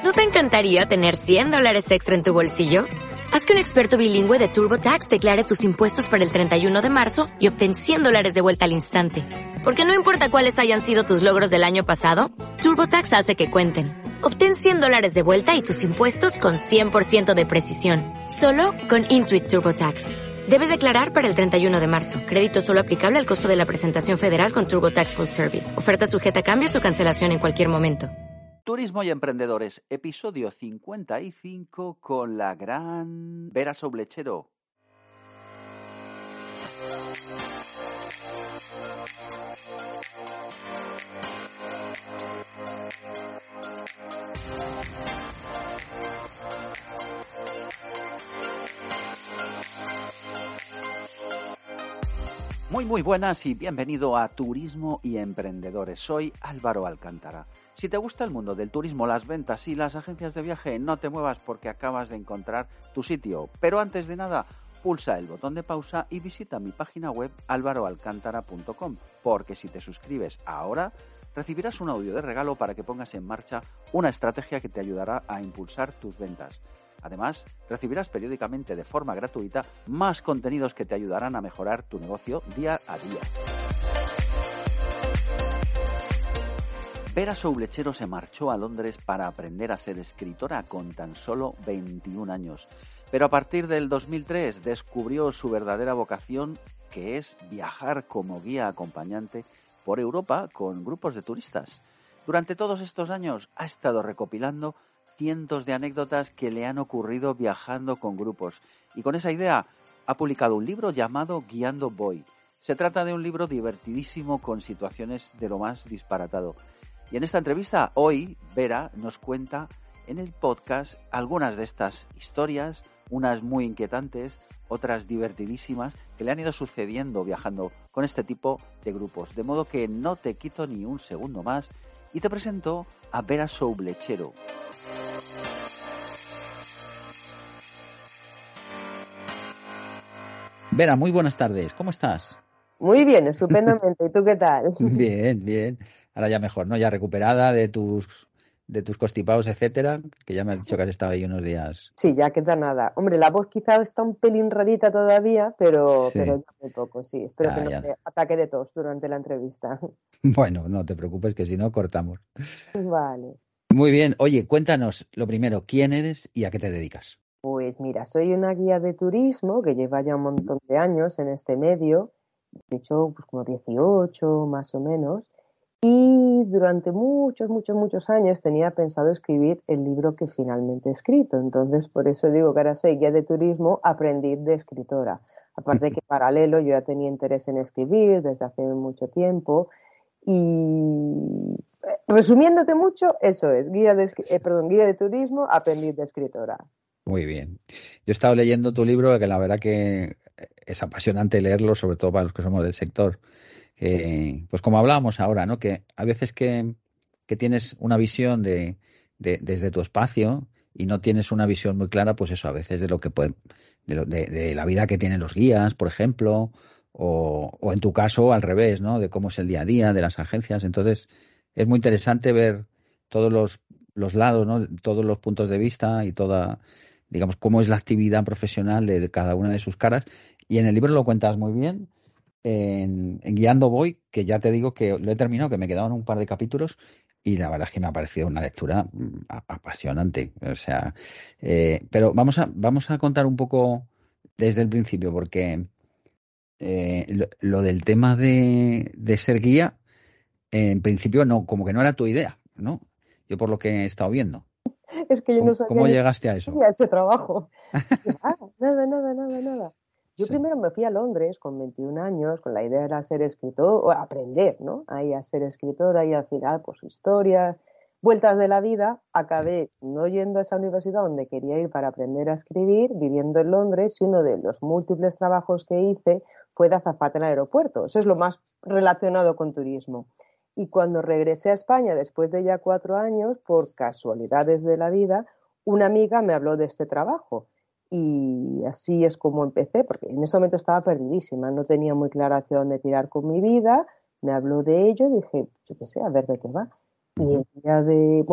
¿No te encantaría tener $100 extra en tu bolsillo? Haz que un experto bilingüe de TurboTax declare tus impuestos para el 31 de marzo y obtén $100 de vuelta al instante. Porque no importa cuáles hayan sido tus logros del año pasado, TurboTax hace que cuenten. Obtén $100 de vuelta y tus impuestos con 100% de precisión. Solo con Intuit TurboTax. Debes declarar para el 31 de marzo. Crédito solo aplicable al costo de la presentación federal con TurboTax Full Service. Oferta sujeta a cambios o cancelación en cualquier momento. Turismo y Emprendedores, episodio 55 con la gran Vera Soblechero. Muy buenas y bienvenido a Turismo y Emprendedores. Soy Álvaro Alcántara. Si te gusta el mundo del turismo, las ventas y las agencias de viaje, no te muevas porque acabas de encontrar tu sitio. Pero antes de nada, pulsa el botón de pausa y visita mi página web alvaroalcantara.com, porque si te suscribes ahora, recibirás un audio de regalo para que pongas en marcha una estrategia que te ayudará a impulsar tus ventas. Además, recibirás periódicamente de forma gratuita más contenidos que te ayudarán a mejorar tu negocio día a día. Vera Soblechero se marchó a Londres para aprender a ser escritora con tan solo 21 años. Pero a partir del 2003 descubrió su verdadera vocación, que es viajar como guía acompañante por Europa con grupos de turistas. Durante todos estos años ha estado recopilando cientos de anécdotas que le han ocurrido viajando con grupos. Y con esa idea ha publicado un libro llamado Guiando Voy. Se trata de un libro divertidísimo con situaciones de lo más disparatado. Y en esta entrevista, hoy, Vera nos cuenta en el podcast algunas de estas historias, unas muy inquietantes, otras divertidísimas, que le han ido sucediendo viajando con este tipo de grupos. De modo que no te quito ni un segundo más y te presento a Vera Soblechero. Vera, muy buenas tardes. ¿Cómo estás? Muy bien, estupendamente. ¿Y tú qué tal? Bien. Ahora ya mejor, ¿no? Ya recuperada de tus constipados, etcétera, que ya me has dicho que has estado ahí unos días. Sí, ya queda nada. Hombre, la voz quizá está un pelín rarita todavía, pero Sí. ya muy poco, sí. Espero que no me ataque de tos durante la entrevista. Bueno, no te preocupes, que si no, cortamos. Vale. Muy bien. Oye, cuéntanos, lo primero, ¿quién eres y a qué te dedicas? Pues mira, soy una guía de turismo que lleva ya un montón de años en este medio, de hecho, pues como 18 más o menos. Y durante muchos años tenía pensado escribir el libro que finalmente he escrito. Entonces, por eso digo que ahora soy guía de turismo, aprendiz de escritora. Aparte que paralelo yo ya tenía interés en escribir desde hace mucho tiempo. Y resumiéndote mucho, eso es, guía de turismo, aprendiz de escritora. Muy bien. Yo he estado leyendo tu libro, que la verdad que es apasionante leerlo, sobre todo para los que somos del sector. Pues como hablábamos ahora, ¿no? Que a veces que tienes una visión desde tu espacio y no tienes una visión muy clara, pues eso, a veces de lo que de la vida que tienen los guías, por ejemplo, o en tu caso al revés, ¿no? De cómo es el día a día de las agencias. Entonces, es muy interesante ver todos los lados, ¿no? Todos los puntos de vista y digamos, cómo es la actividad profesional de cada una de sus caras. Y en el libro lo cuentas muy bien. En Guiando Voy, que ya te digo que lo he terminado, que me quedaban un par de capítulos y la verdad es que me ha parecido una lectura apasionante. O sea, pero vamos a contar un poco desde el principio, porque lo del tema de ser guía, en principio no, como que no era tu idea, ¿no? Yo por lo que he estado viendo. Es que yo no sabía ¿Cómo ni llegaste a eso? ese trabajo. Nada. Yo primero me fui a Londres con 21 años, con la idea era ser escritor, o aprender, ¿no? Ahí a ser escritora y al final, pues historias, vueltas de la vida. Acabé no yendo a esa universidad donde quería ir para aprender a escribir, viviendo en Londres, y uno de los múltiples trabajos que hice fue de azafata en el aeropuerto. Eso es lo más relacionado con turismo. Y cuando regresé a España, después de ya 4 años, por casualidades de la vida, una amiga me habló de este trabajo. Y así es como empecé, porque en ese momento estaba perdidísima, no tenía muy clara hacia dónde tirar con mi vida, me habló de ello y dije, yo qué sé, a ver de qué va. Y el día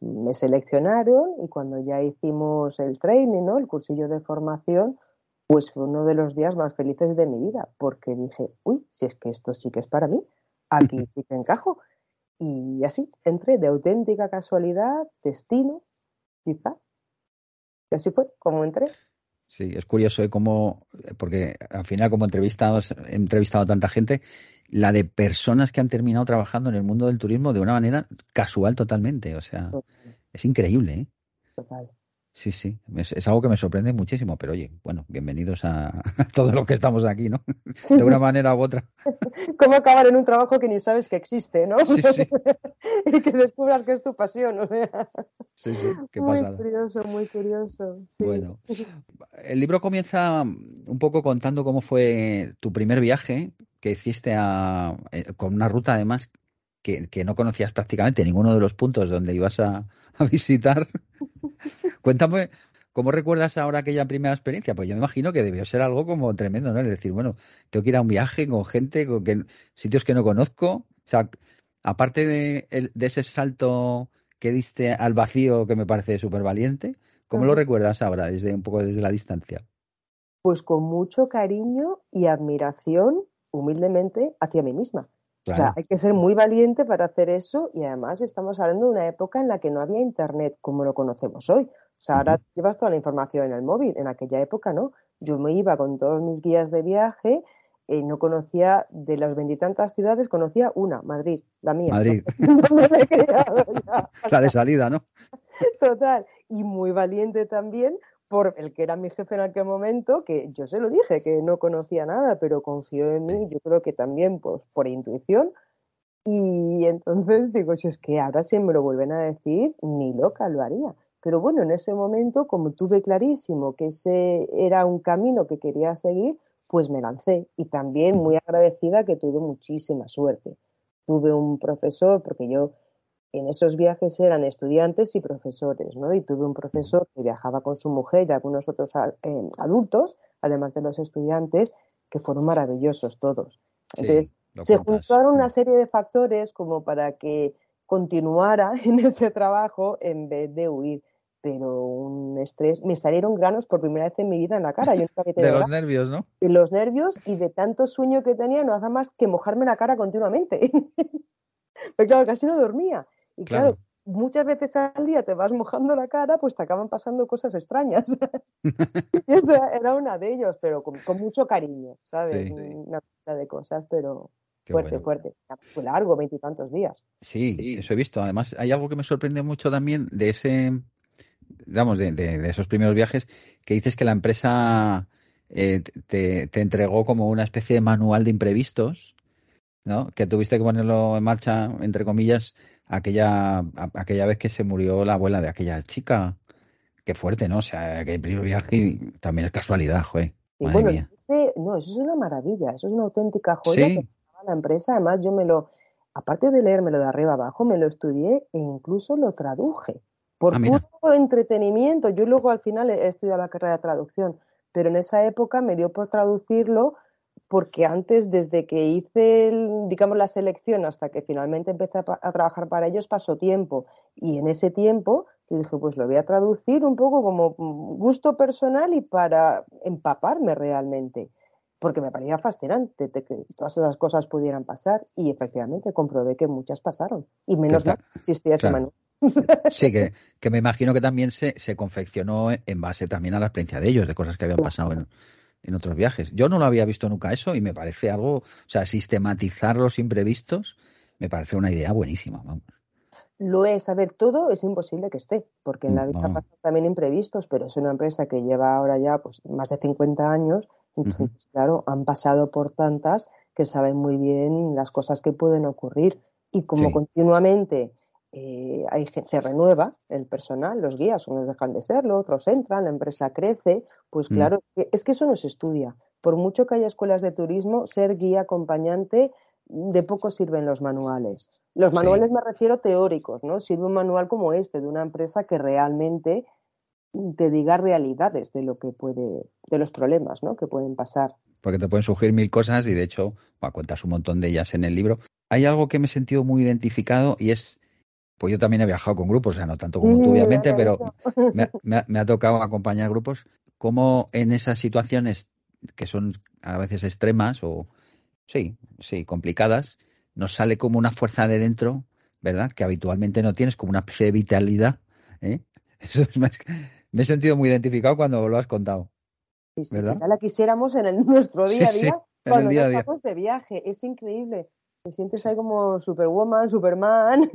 me seleccionaron y cuando ya hicimos el training, ¿no? El cursillo de formación, pues fue uno de los días más felices de mi vida, porque dije, uy, si es que esto sí que es para mí, aquí sí que encajo. Y así entré de auténtica casualidad, destino, quizá. Y así fue como entré. Sí, es curioso cómo, porque al final como he entrevistado a tanta gente, la de personas que han terminado trabajando en el mundo del turismo de una manera casual totalmente. O sea, Total, es increíble, ¿eh? total. Sí, sí, es algo que me sorprende muchísimo, pero oye, bueno, bienvenidos a todos los que estamos aquí, ¿no? Sí, De sí, una sí. manera u otra. ¿Cómo acabar en un trabajo que ni sabes que existe, ¿no? Sí, sí, Y que descubras que es tu pasión, o sea. sí, sí, qué Muy pasada. curioso, muy curioso, sí. Bueno, el libro comienza un poco contando cómo fue tu primer viaje que hiciste con una ruta además que no conocías prácticamente ninguno de los puntos donde ibas a visitar. Cuéntame, ¿cómo recuerdas ahora aquella primera experiencia? Pues yo me imagino que debió ser algo como tremendo, ¿no? Es decir, bueno, tengo que ir a un viaje con gente, sitios que no conozco. O sea, aparte de ese salto que diste al vacío que me parece súper valiente, ¿cómo lo Ujú. recuerdas ahora, desde un poco desde la distancia? Pues con mucho cariño y admiración, humildemente, hacia mí misma. O sea, Claro. hay que ser muy valiente para hacer eso y además estamos hablando de una época en la que no había internet como lo conocemos hoy. O sea, ahora Ujú. llevas toda la información en el móvil, en aquella época no. Yo me iba con todos mis guías de viaje, no conocía de las veintitantas ciudades, conocía una, Madrid, la mía, Madrid, donde me he criado ya. la de salida, ¿no? Total, y muy valiente también por el que era mi jefe en aquel momento, que yo se lo dije, que no conocía nada, pero confió en Sí. mí, yo creo que también pues, por intuición, y entonces digo, si es que ahora si me lo vuelven a decir, ni loca lo haría. Pero bueno, en ese momento, como tuve clarísimo que ese era un camino que quería seguir, pues me lancé. Y también Ujú. muy agradecida que tuve muchísima suerte. Tuve un profesor, porque yo en esos viajes eran estudiantes y profesores, ¿no? Y tuve un Ujú. profesor que viajaba con su mujer y algunos otros adultos, además de los estudiantes, que fueron maravillosos todos. Sí, Entonces, lo se cuentas. juntaron una serie de factores como para que continuara en ese trabajo en vez de huir. Pero un estrés, me salieron granos por primera vez en mi vida en la cara. Yo nunca había De tenido los granos. nervios, ¿no? Y los nervios y de tanto sueño que tenía no hacía más que mojarme la cara continuamente. Pero claro, casi no dormía. Y claro, Claro. muchas veces al día te vas mojando la cara, pues te acaban pasando cosas extrañas. Y esa era una de ellos, pero con mucho cariño, ¿sabes? Sí, Una cantidad de cosas, pero qué fuerte, bueno. fuerte. Fue largo, veintitantos días. Sí, eso he visto. Además, hay algo que me sorprende mucho también de digamos, de esos primeros viajes, que dices que la empresa te entregó como una especie de manual de imprevistos, ¿no? Que tuviste que ponerlo en marcha, entre comillas, aquella vez que se murió la abuela de aquella chica. Qué fuerte, ¿no? O sea, que el primer viaje también es casualidad, joder. Y Madre bueno, mía. no, eso es una maravilla, eso es una auténtica joya que Sí. daba la empresa. Además, aparte de leérmelo de arriba abajo, me lo estudié e incluso lo traduje Ah, por puro mira. entretenimiento. Yo luego al final he estudiado la carrera de traducción, pero en esa época me dio por traducirlo porque antes, desde que hice, digamos, la selección hasta que finalmente empecé a trabajar para ellos, pasó tiempo. Y en ese tiempo y dije, pues lo voy a traducir un poco como gusto personal y para empaparme realmente, porque me parecía fascinante de que todas esas cosas pudieran pasar y efectivamente comprobé que muchas pasaron. Y Que menos mal ta- que existía ese claro. manual. Sí, que me imagino que también se confeccionó en base también a la experiencia de ellos, de cosas que habían pasado en otros viajes. Yo no lo había visto nunca eso y me parece algo, o sea, sistematizar los imprevistos me parece una idea buenísima, vamos. Lo es, saber todo es imposible que esté, porque en la vida No. pasan también imprevistos, pero es una empresa que lleva ahora ya pues, más de 50 años, Ujú. entonces, claro, han pasado por tantas que saben muy bien las cosas que pueden ocurrir y como Sí. continuamente se renueva el personal, los guías, unos dejan de serlo, otros entran, la empresa crece, pues Mm. claro, es que eso no se estudia. Por mucho que haya escuelas de turismo, ser guía acompañante de poco sirven los manuales. Los Sí. manuales me refiero teóricos, ¿no? Sirve un manual como este de una empresa que realmente te diga realidades de lo que de los problemas, ¿no? Que pueden pasar. Porque te pueden surgir mil cosas y de hecho, cuentas un montón de ellas en el libro. Hay algo que me he sentido muy identificado y es pues yo también he viajado con grupos, o sea, no tanto como tú, obviamente, pero me ha tocado acompañar grupos. Cómo en esas situaciones que son a veces extremas o, sí, complicadas, nos sale como una fuerza de dentro, ¿verdad? Que habitualmente no tienes, como una especie de vitalidad, ¿eh? Eso me he sentido muy identificado cuando lo has contado, Sí, sí, que ¿verdad? ya la quisiéramos nuestro Sí, día a sí, día en el cuando no día a día. estamos de viaje. Es increíble. Te sientes Sí, ahí como Superwoman, Superman.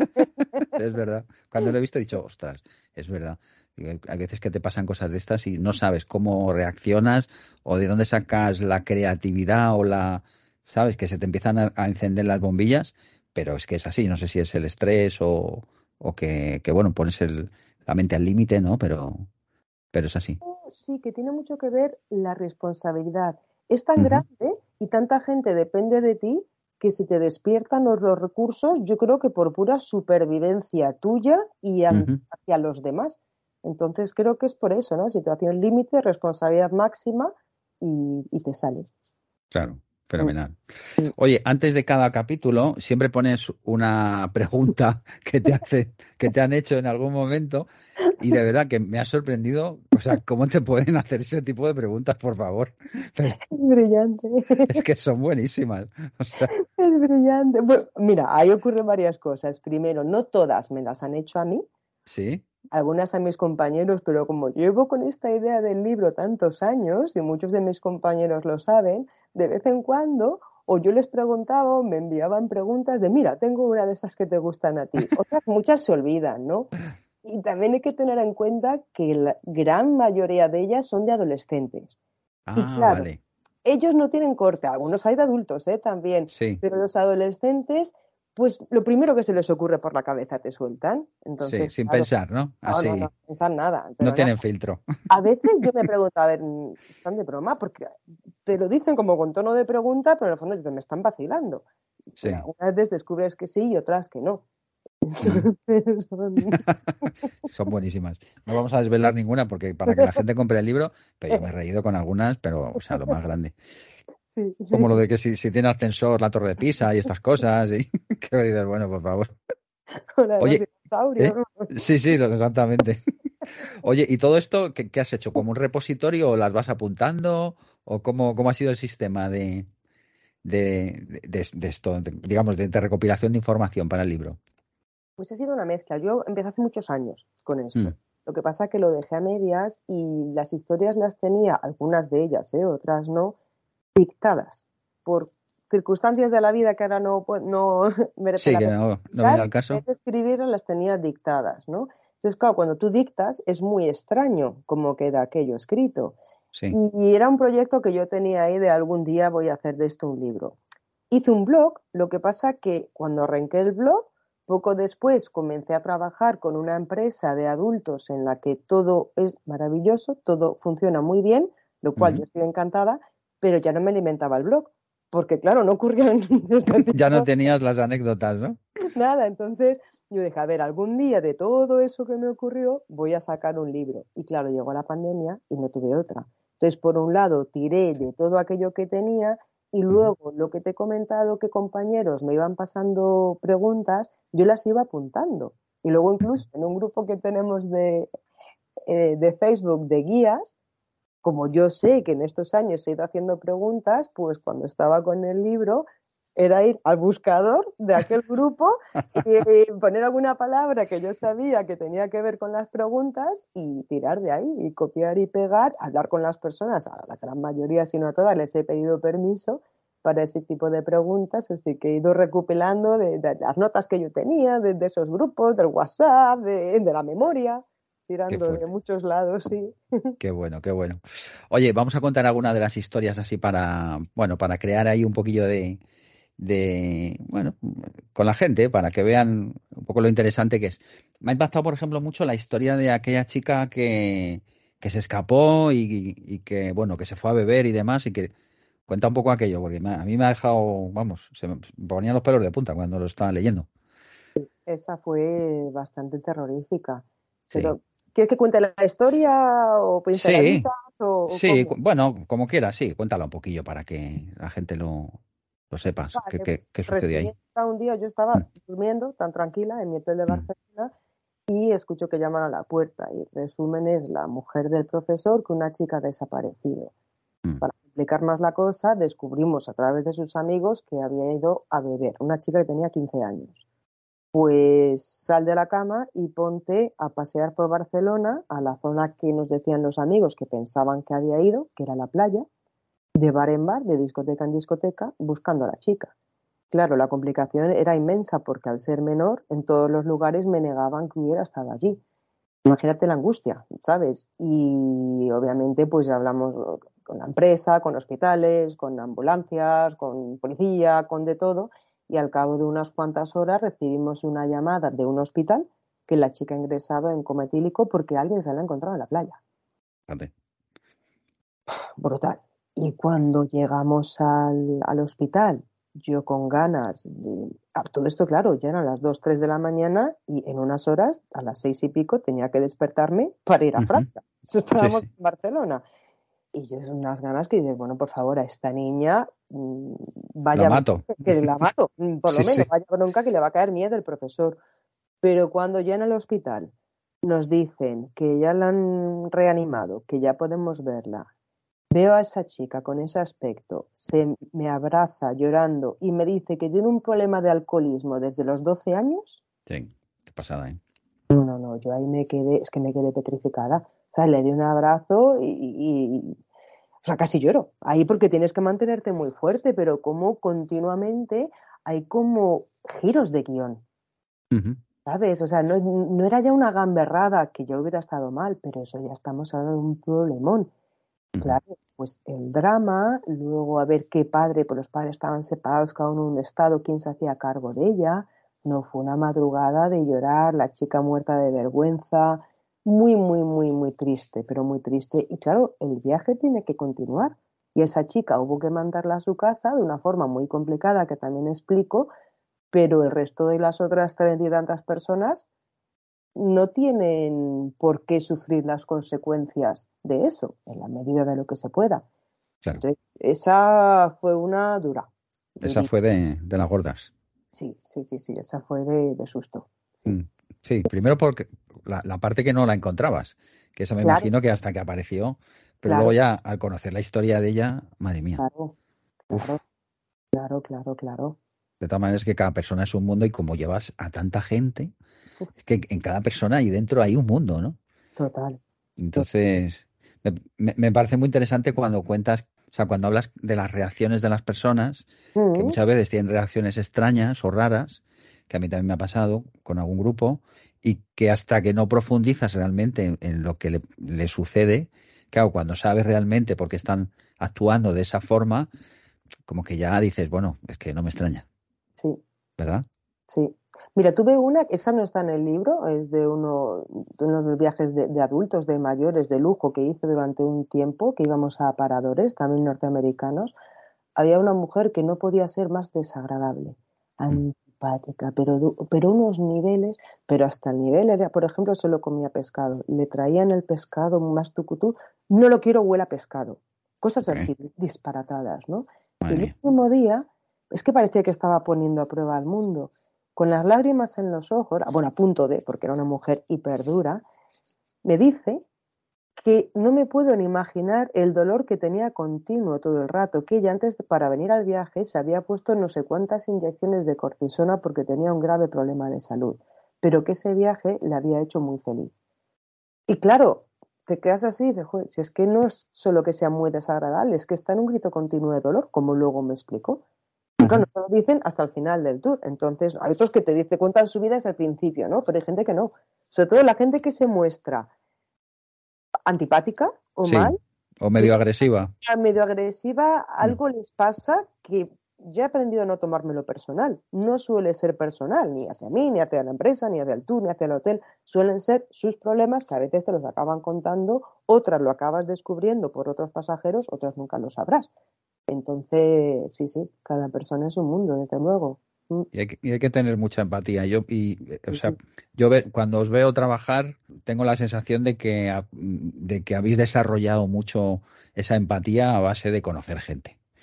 es verdad. Cuando lo he visto he dicho, ostras, es verdad. Digo, hay veces que te pasan cosas de estas y no sabes cómo reaccionas o de dónde sacas la creatividad o sabes, que se te empiezan a encender las bombillas, pero es que es así. No sé si es el estrés o que bueno, pones la mente al límite, ¿no? Pero es así. Sí, que tiene mucho que ver la responsabilidad. Es tan Ujú, grande y tanta gente depende de ti que si te despiertan los recursos, yo creo que por pura supervivencia tuya y ujú. hacia los demás. Entonces creo que es por eso, ¿no? Situación límite, responsabilidad máxima y te sale. Claro, Mm, fenomenal. mm. Oye, antes de cada capítulo siempre pones una pregunta que te han hecho en algún momento y de verdad que me ha sorprendido, o sea, ¿cómo te pueden hacer ese tipo de preguntas, por favor? Pero Es brillante. es que son buenísimas. O sea, Es brillante. Bueno, mira, ahí ocurren varias cosas. Primero, no todas me las han hecho a mí, sí. algunas a mis compañeros, pero como llevo con esta idea del libro tantos años, y muchos de mis compañeros lo saben, de vez en cuando, o yo les preguntaba, o me enviaban preguntas de, mira, tengo una de esas que te gustan a ti. Otras muchas se olvidan, ¿no? Y también hay que tener en cuenta que la gran mayoría de ellas son de adolescentes. Y Ah, claro, vale. ellos no tienen corte, algunos hay de adultos, también, Sí, pero los adolescentes, pues lo primero que se les ocurre por la cabeza te sueltan. sí, Entonces, sin claro, pensar, ¿no? no Así, pensar nada, no pero nada. tienen filtro. A veces yo me pregunto, a ver, ¿están de broma? Porque te lo dicen como con tono de pregunta, pero en el fondo te me están vacilando. Pues Sí. algunas veces descubres que sí y otras que no. Mm. Entonces, Son buenísimas. No vamos a desvelar ninguna porque para que la gente compre el libro, pero yo me he reído con algunas, pero o sea, lo más grande. sí, Como sí, lo sí. de que si tiene ascensor la Torre de Pisa y estas cosas, y que dices, bueno, por favor. Con la de los Oye, dinosaurios. ¿eh? Sí, sí, exactamente. Oye, ¿y todo esto qué has hecho? ¿Como un repositorio o las vas apuntando? ¿O cómo ha sido el sistema de esto, digamos, de recopilación de información para el libro? Pues ha sido una mezcla. Yo empecé hace muchos años con Mm, esto. Lo que pasa es que lo dejé a medias y las historias las tenía, algunas de ellas, otras no, dictadas por circunstancias de la vida que ahora no merece sí, la que pena no viene explicar. al En vez caso. de escribirlas, las tenía dictadas, ¿no? Entonces, claro, cuando tú dictas es muy extraño cómo queda aquello escrito. Sí. Y era un proyecto que yo tenía ahí de algún día voy a hacer de esto un libro. Hice un blog, lo que pasa que cuando arranqué el blog, poco después comencé a trabajar con una empresa de adultos en la que todo es maravilloso, todo funciona muy bien, lo cual yo Ujú. estoy encantada, pero ya no me alimentaba el blog, porque claro, no ocurrían este Ya no tipo tenías las anécdotas, ¿no? nada. Entonces yo dije, a ver, algún día de todo eso que me ocurrió, voy a sacar un libro. Y claro, llegó la pandemia y no tuve otra. Entonces, por un lado, tiré Sí. de todo aquello que tenía y Ujú. luego lo que te he comentado, que compañeros me iban pasando preguntas, yo las iba apuntando. Y luego Ujú. incluso en un grupo que tenemos de Facebook de guías, como yo sé que en estos años he ido haciendo preguntas, pues cuando estaba con el libro era ir al buscador de aquel grupo y poner alguna palabra que yo sabía que tenía que ver con las preguntas y tirar de ahí y copiar y pegar, hablar con las personas, a la gran mayoría, si no a todas, les he pedido permiso para ese tipo de preguntas, así que he ido recopilando de las notas que yo tenía, de esos grupos, del WhatsApp, de la memoria, Qué tirando de fuerte. muchos lados, sí. Qué bueno, qué bueno. Oye, vamos a contar alguna de las historias así para, bueno, para crear ahí un poquillo bueno, con la gente, para que vean un poco lo interesante que es. Me ha impactado, por ejemplo, mucho la historia de aquella chica que se escapó y que, bueno, que se fue a beber y demás y que cuenta un poco aquello, porque a mí me ha dejado, vamos, se me ponían los pelos de punta cuando lo estaba leyendo. Esa fue bastante terrorífica. Sí. Pero, ¿quieres que cuente la historia o Sí, pinceladitas o sí, cómo? bueno, como quiera, sí, cuéntala un poquillo para que la gente lo lo sepas. Vale, ¿Qué sucedió ahí? resumiendo, un día yo estaba durmiendo tan tranquila en mi hotel de Mm, Barcelona y escucho que llaman a la puerta y resumen es la mujer del profesor que una chica ha desaparecido. mm, Para complicar más la cosa, descubrimos a través de sus amigos que había ido a beber, una chica que tenía 15 años. Pues sal de la cama y ponte a pasear por Barcelona, a la zona que nos decían los amigos que pensaban que había ido, que era la playa, de bar en bar, de discoteca en discoteca, buscando a la chica. Claro, la complicación era inmensa porque al ser menor, en todos los lugares me negaban que hubiera estado allí. Imagínate la angustia, ¿sabes? Y obviamente pues ya hablamos con la empresa, con hospitales, con ambulancias, con policía, con de todo, y al cabo de unas cuantas horas recibimos una llamada de un hospital que la chica ha ingresado en coma etílico porque alguien se la ha encontrado en la playa. fíjate. Brutal. Y cuando llegamos al hospital, yo con ganas de... todo esto, claro, ya eran las 2 3 de la mañana y en unas horas, a las 6 y pico, tenía que despertarme para ir a Ujú. Francia. Eso Sí, estábamos sí. en Barcelona. Y yo unas ganas que dices, bueno, por favor, a esta niña La vaya bronca mato. que la mato, por lo Sí, menos, sí. vaya bronca que le va a caer miedo el profesor. Pero cuando ya en el hospital nos dicen que ya la han reanimado, que ya podemos verla, veo a esa chica con ese aspecto, se me abraza llorando y me dice que tiene un problema de alcoholismo desde los 12 años. Sí, qué pasada, ¿eh? No, no, no, yo ahí me quedé, es que me quedé petrificada. O sea, le di un abrazo o sea, casi lloro. Ahí porque tienes que mantenerte muy fuerte, pero como continuamente hay como giros de guión, Ujú, ¿sabes? O sea, no era ya una gamberrada que ya hubiera estado mal, pero eso ya estamos hablando de un problemón. ujú. Claro, pues el drama, luego a ver qué padre, pues los padres estaban separados, cada uno en un estado, quién se hacía cargo de ella. No fue una madrugada de llorar, la chica muerta de vergüenza, muy, muy, muy, muy triste, pero muy triste. Y claro, el viaje tiene que continuar. Y esa chica hubo que mandarla a su casa de una forma muy complicada que también explico, pero el resto de las otras 30 y tantas personas no tienen por qué sufrir las consecuencias de eso, en la medida de lo que se pueda. Claro, Entonces, esa fue una dura, esa durísima. fue de las gordas. Sí, sí, sí, sí, esa fue de susto. Sí, Mm, sí, primero porque la parte que no la encontrabas, que eso me claro, imagino que hasta que apareció, pero luego claro, ya al conocer la historia de ella, madre mía, claro, claro, uf, claro, claro, claro. de todas maneras que cada persona es un mundo y como llevas a tanta gente, Uf, es que en cada persona ahí dentro hay un mundo, ¿no? total, total. Entonces, me parece muy interesante cuando cuentas, o sea, cuando hablas de las reacciones de las personas, que Mm, muchas veces tienen reacciones extrañas o raras, que a mí también me ha pasado con algún grupo, y que hasta que no profundizas realmente en lo que le sucede, claro, cuando sabes realmente por qué están actuando de esa forma, como que ya dices, bueno, es que no me extraña, sí, ¿verdad? sí. Mira, tuve una, esa no está en el libro, es de uno de los viajes de adultos, de mayores, de lujo que hice durante un tiempo, que íbamos a paradores, también norteamericanos. Había una mujer que no podía ser más desagradable, Mm, antipática, pero unos niveles, pero hasta el nivel era, por ejemplo, solo comía pescado, le traían el pescado más tucutú, no lo quiero, huele a pescado, cosas ok, así disparatadas, ¿no? Y madre el mía. último día, es que parecía que estaba poniendo a prueba al mundo, con las lágrimas en los ojos, bueno, a punto de, porque era una mujer hiperdura, me dice que no me puedo ni imaginar el dolor que tenía continuo todo el rato, que ella antes para venir al viaje se había puesto no sé cuántas inyecciones de cortisona porque tenía un grave problema de salud, pero que ese viaje la había hecho muy feliz. Y claro, te quedas así y dices, "Joder, si es que no es solo que sea muy desagradable, es que está en un grito continuo de dolor, como luego me explicó. Y claro, Ujú. no te lo dicen hasta el final del tour. Entonces, hay otros que te cuentan su vida desde el principio, ¿no? Pero hay gente que no. Sobre todo la gente que se muestra antipática o mal, Sí, o que medio agresiva. medio agresiva, Mm, algo les pasa que ya he aprendido a no tomármelo personal. No suele ser personal, ni hacia mí, ni hacia la empresa, ni hacia el tour, ni hacia el hotel. Suelen ser sus problemas que a veces te los acaban contando, otras lo acabas descubriendo por otros pasajeros, otras nunca lo sabrás. Entonces, sí, sí, cada persona es un mundo, desde luego. Mm, y hay que tener mucha empatía. O sí, sea, sí. cuando os veo trabajar, tengo la sensación de que habéis desarrollado mucho esa empatía a base de conocer gente.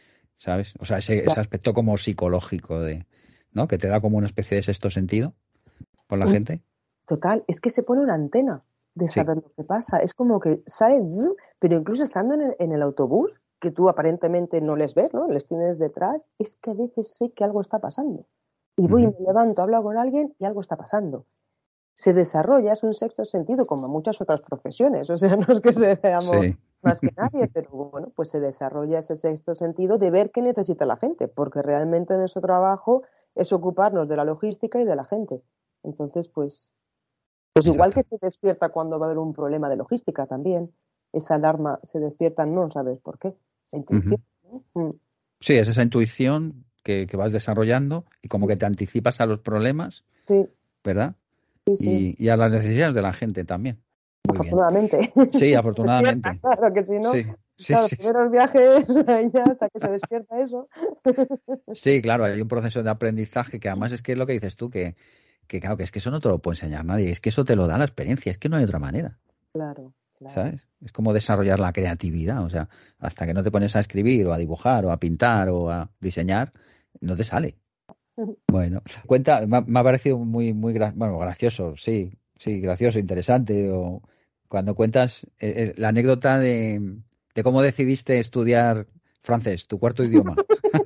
¿sabes? O sea, ese aspecto como psicológico ¿no? Que te da como una especie de sexto sentido por la gente. Total, es que se pone una antena de Sí. saber lo que pasa. Es como que sale, pero incluso estando en el autobús, que tú aparentemente no les ves, ¿no? Les tienes detrás, es que a veces sé que algo está pasando. Y voy y me levanto, hablo con alguien y algo está pasando. Se desarrolla, es un sexto sentido, como muchas otras profesiones. O sea, no es que seamos más que nadie, pero bueno, pues se desarrolla ese sexto sentido de ver qué necesita la gente, porque realmente nuestro trabajo es ocuparnos de la logística y de la gente. Entonces, pues igual que se despierta cuando va a haber un problema de logística también, esa alarma se despierta, no sabes por qué, esa intuición, ¿no? Sí, es esa intuición que vas desarrollando y como que te anticipas a los problemas, Sí, ¿verdad? sí. Y a las necesidades de la gente también. Muy bien. Afortunadamente. Sí, Despierta, afortunadamente. claro que si no, Sí, claro, primeros viajes ya hasta que se despierta eso. Sí, claro, hay un proceso de aprendizaje que además es que es lo que dices tú, que claro, que es que eso no te lo puede enseñar nadie, es que eso te lo da la experiencia, es que no hay otra manera, Claro. ¿sabes? Es como desarrollar la creatividad, o sea, hasta que no te pones a escribir o a dibujar o a pintar o a diseñar, no te sale. Bueno, cuenta, me ha parecido bueno, gracioso, sí, gracioso, interesante, o cuando cuentas la anécdota de cómo decidiste estudiar francés, tu cuarto idioma.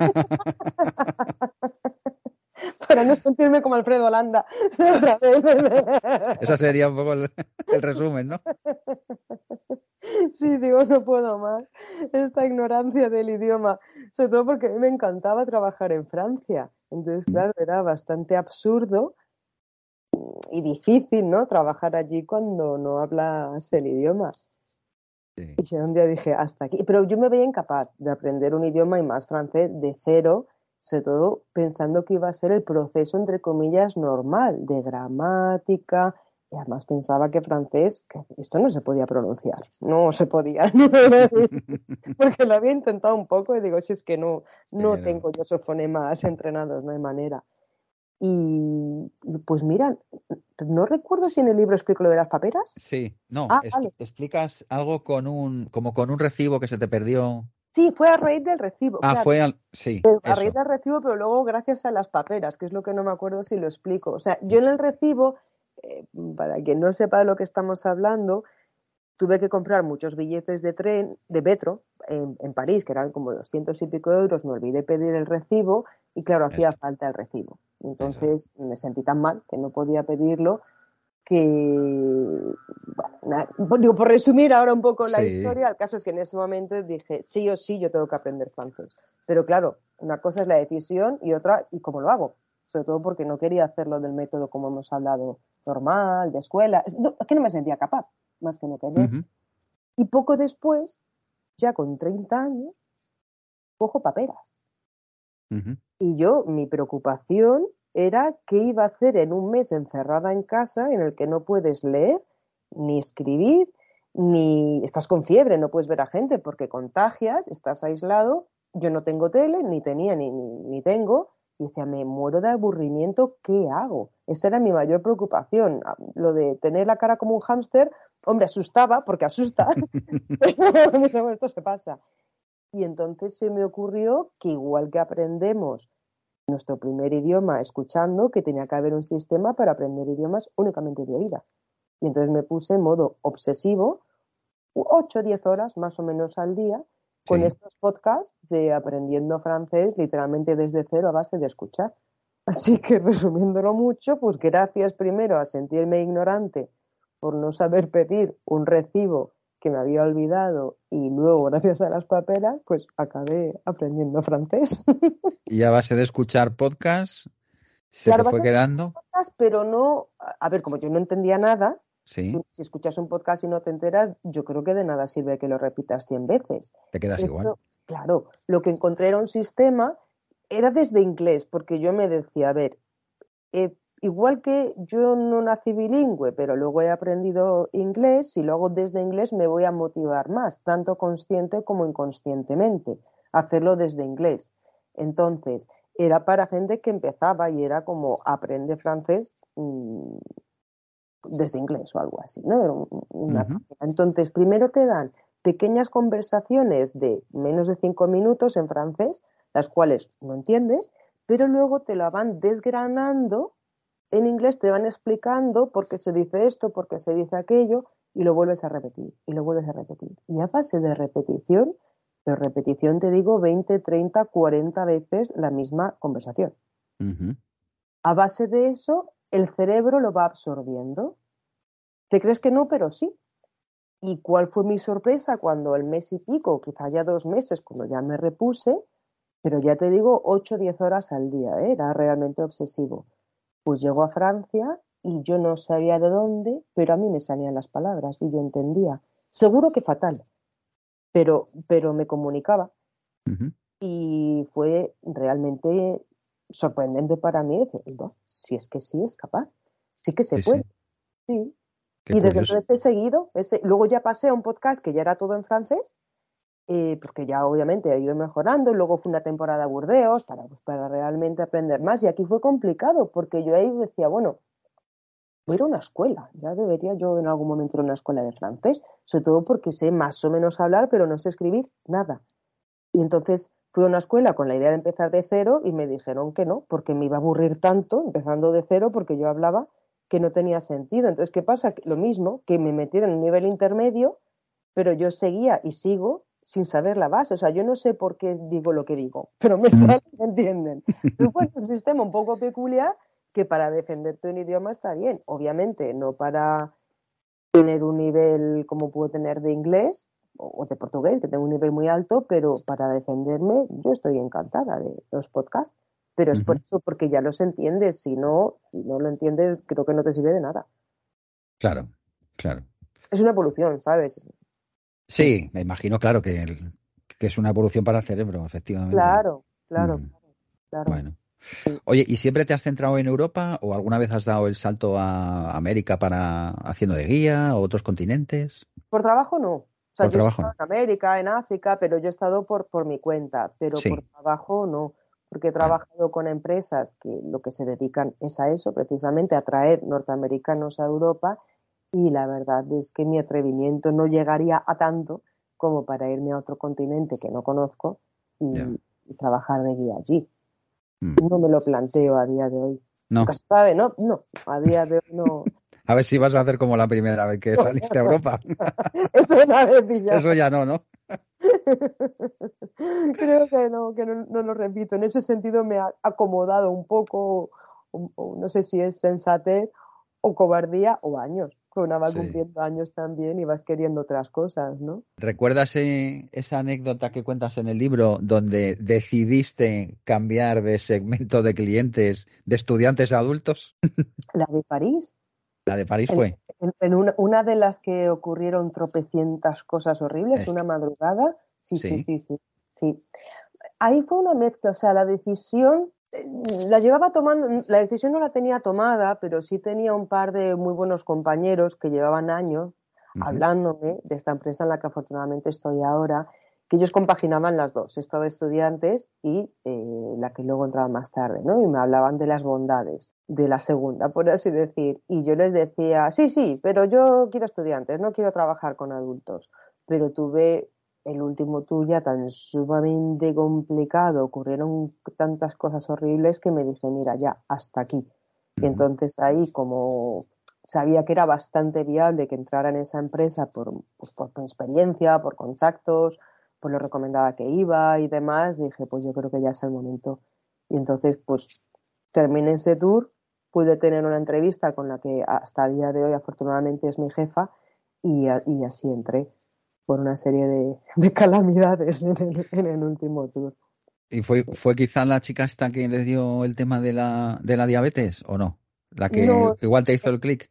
Para no sentirme como Alfredo Landa. Ese sería un poco el resumen, ¿no? Sí, digo, no puedo más. Esta ignorancia del idioma. Sobre todo porque a mí me encantaba trabajar en Francia. Entonces, claro, era bastante absurdo y difícil, ¿no? Trabajar allí cuando no hablas el idioma. Sí. Y yo un día dije, hasta aquí. Pero yo me veía incapaz de aprender un idioma y más francés de cero, sobre todo pensando que iba a ser el proceso, entre comillas, normal, de gramática. Y además pensaba que francés, que esto no se podía pronunciar. No se podía. Porque lo había intentado un poco y digo, si es que no Pero, tengo yo esos fonemas entrenados, no hay manera. Y pues mira, no recuerdo si en el libro explico lo de las paperas. sí, no, Ah, vale. explicas algo como con un recibo que se te perdió. Sí, fue a raíz del recibo, Ah, claro. sí, A raíz eso. del recibo, pero luego gracias a las paperas, que es lo que no me acuerdo si lo explico. O sea, yo en el recibo, para quien no sepa de lo que estamos hablando, tuve que comprar muchos billetes de tren, de metro, en París, que eran como 200 y pico euros, me olvidé pedir el recibo y claro, hacía Esto, falta el recibo. eso. Entonces me sentí tan mal que no podía pedirlo que, bueno, digo, por resumir ahora un poco la Sí. historia, el caso es que en ese momento dije, sí o sí, yo tengo que aprender francés. Pero claro, una cosa es la decisión y otra, ¿y cómo lo hago? Sobre todo porque no quería hacerlo del método como hemos hablado, normal, de escuela. Es que no me sentía capaz, más que no querer. Ujú, Y poco después, ya con 30 años, cojo paperas. ujú. Y yo, mi preocupación era qué iba a hacer en un mes encerrada en casa en el que no puedes leer, ni escribir, ni estás con fiebre, no puedes ver a gente porque contagias, estás aislado. Yo no tengo tele, ni tenía, ni tengo. Y decía, me muero de aburrimiento, ¿qué hago? Esa era mi mayor preocupación. Lo de tener la cara como un hámster, hombre, asustaba, porque asusta, pero dije, bueno, esto se pasa. Y entonces se me ocurrió que igual que aprendemos nuestro primer idioma escuchando, que tenía que haber un sistema para aprender idiomas únicamente de oída. Y entonces me puse en modo obsesivo, 8 o 10 horas más o menos al día, con Sí. estos podcasts de aprendiendo francés literalmente desde cero a base de escuchar. Así que resumiéndolo mucho, pues gracias primero a sentirme ignorante por no saber pedir un recibo que me había olvidado y luego gracias a las paperas, pues acabé aprendiendo francés. Y a base de escuchar podcasts, se te Claro, fue vas a escuchar quedando. podcast, pero no, a ver, como yo no entendía nada, Sí, si escuchas un podcast y no te enteras, yo creo que de nada sirve que lo repitas 100 veces. te quedas igual. Esto, claro, lo que encontré era un sistema, era desde inglés, porque yo me decía, a ver, igual que yo no nací bilingüe, pero luego he aprendido inglés, si lo hago desde inglés me voy a motivar más, tanto consciente como inconscientemente, hacerlo desde inglés. Entonces, era para gente que empezaba y era como aprende francés desde inglés o algo así, ¿no? Era una Ujú. página. Entonces, primero te dan pequeñas conversaciones de menos de 5 minutos en francés, las cuales no entiendes, pero luego te la van desgranando, en inglés te van explicando por qué se dice esto, por qué se dice aquello, y lo vuelves a repetir, y lo vuelves a repetir. Y a base de repetición te digo 20, 30, 40 veces la misma conversación. Uh-huh. A base de eso, el cerebro lo va absorbiendo. ¿Te crees que no? Pero sí. ¿Y cuál fue mi sorpresa cuando el mes y pico, quizá ya 2 meses, cuando ya me repuse, pero ya te digo 8 o 10 horas al día, era realmente obsesivo? Pues llego a Francia y yo no sabía de dónde, pero a mí me salían las palabras y yo entendía. Seguro que fatal, pero me comunicaba. Uh-huh. Y fue realmente sorprendente para mí decir, no, si es que sí es capaz, sí que se puede. Sí. Qué y desde curioso. entonces he seguido, luego ya pasé a un podcast que ya era todo en francés, porque ya obviamente he ido mejorando, y luego fue una temporada a Burdeos para realmente aprender más, y aquí fue complicado, porque yo ahí decía, bueno, voy a ir a una escuela, ya debería yo en algún momento ir a una escuela de francés, sobre todo porque sé más o menos hablar, pero no sé escribir nada. Y entonces fui a una escuela con la idea de empezar de cero y me dijeron que no, porque me iba a aburrir tanto empezando de cero porque yo hablaba que no tenía sentido. Entonces, ¿qué pasa? Lo mismo, que me metieron en un nivel intermedio, pero yo seguía y sigo sin saber la base. O sea, yo no sé por qué digo lo que digo, pero me sale, ¿me entienden? Pero bueno, es un sistema un poco peculiar que para defenderte un idioma está bien. Obviamente, no para tener un nivel como puedo tener de inglés o de portugués, que tengo un nivel muy alto, pero para defenderme yo estoy encantada de los podcasts. Pero es por eso, porque ya los entiendes. Si no lo entiendes, creo que no te sirve de nada. Claro, claro. Es una evolución, ¿sabes? Sí, me imagino, claro, que es una evolución para el cerebro, efectivamente. Claro. Bueno. Oye, ¿y siempre te has centrado en Europa o alguna vez has dado el salto a América para haciendo de guía o otros continentes? Por trabajo no. O sea, Por yo he trabajo estado no. en América, en África, pero yo he estado por mi cuenta, pero por Sí, trabajo no, porque he bueno. trabajado con empresas que lo que se dedican es a eso, precisamente a traer norteamericanos a Europa, y la verdad es que mi atrevimiento no llegaría a tanto como para irme a otro continente que no conozco Ya. y trabajar de guía allí. Mm. No me lo planteo a día de hoy. Nunca No. se sabe, ¿no? No, a día de hoy no. A ver si vas a hacer como la primera vez que saliste a Europa. Eso una vez pillado. Eso ya no, ¿no? Creo que no lo repito. En ese sentido me ha acomodado un poco, o no sé si es sensatez o cobardía o años. Que una va Sí. cumpliendo años también y vas queriendo otras cosas, ¿no? ¿Recuerdas esa anécdota que cuentas en el libro donde decidiste cambiar de segmento de clientes de estudiantes a adultos? La de París, La de París en, fue. en una de las que ocurrieron tropecientas cosas horribles, Es una madrugada, sí, sí, Sí. sí, sí, sí. Ahí fue una mezcla, o sea, la decisión la llevaba tomando, la decisión no la tenía tomada, pero sí tenía un par de muy buenos compañeros que llevaban años Ujú. hablándome de esta empresa en la que afortunadamente estoy ahora, que ellos compaginaban las dos, esta de estudiantes y la que luego entraba más tarde, ¿no? Y me hablaban de las bondades de la segunda, por así decir. Y yo les decía, sí, sí, pero yo quiero estudiantes, no quiero trabajar con adultos. Pero tuve el último tuya tan sumamente complicado, ocurrieron tantas cosas horribles que me dije, mira, ya, hasta aquí. Y Ujú. entonces ahí, como sabía que era bastante viable que entrara en esa empresa por mi experiencia, por contactos, por lo recomendada que iba y demás, dije, pues yo creo que ya es el momento. Y entonces, pues terminé ese tour, pude tener una entrevista con la que hasta el día de hoy afortunadamente es mi jefa y así entré por una serie de calamidades en el último tour. ¿Y fue quizá la chica esta que le dio el tema de la diabetes o no? La que No, igual te hizo el clic.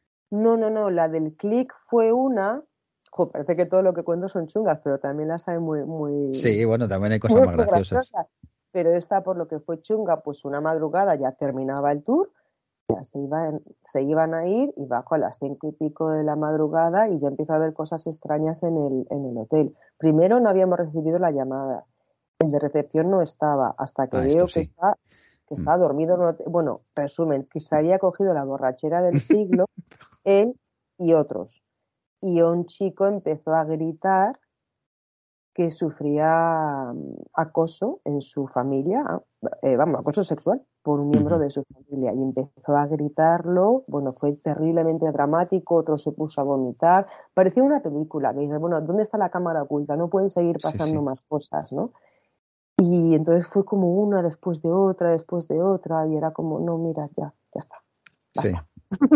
no, la del click fue una, parece que todo lo que cuento son chungas, pero también las hay muy, muy, Sí, bueno, también hay cosas muy, más muy graciosas. graciosas. Pero esta, por lo que fue chunga, pues una madrugada ya terminaba el tour, ya se iban a ir y bajo a las 5:00 de la madrugada y yo empiezo a ver cosas extrañas en el hotel. Primero no habíamos recibido la llamada, el de recepción no estaba, hasta que Esto veo que sí. Mm. está dormido en un hotel. Bueno, resumen, que se había cogido la borrachera del siglo, él y otros. Y un chico empezó a gritar que sufría acoso en su familia, acoso sexual por un miembro de su familia, y empezó a gritarlo. Bueno, fue terriblemente dramático, otro se puso a vomitar, parecía una película, que dice, bueno, ¿dónde está la cámara oculta? No pueden seguir pasando más cosas, ¿no? Y entonces fue como una después de otra, y era como, no, mira, ya está, basta.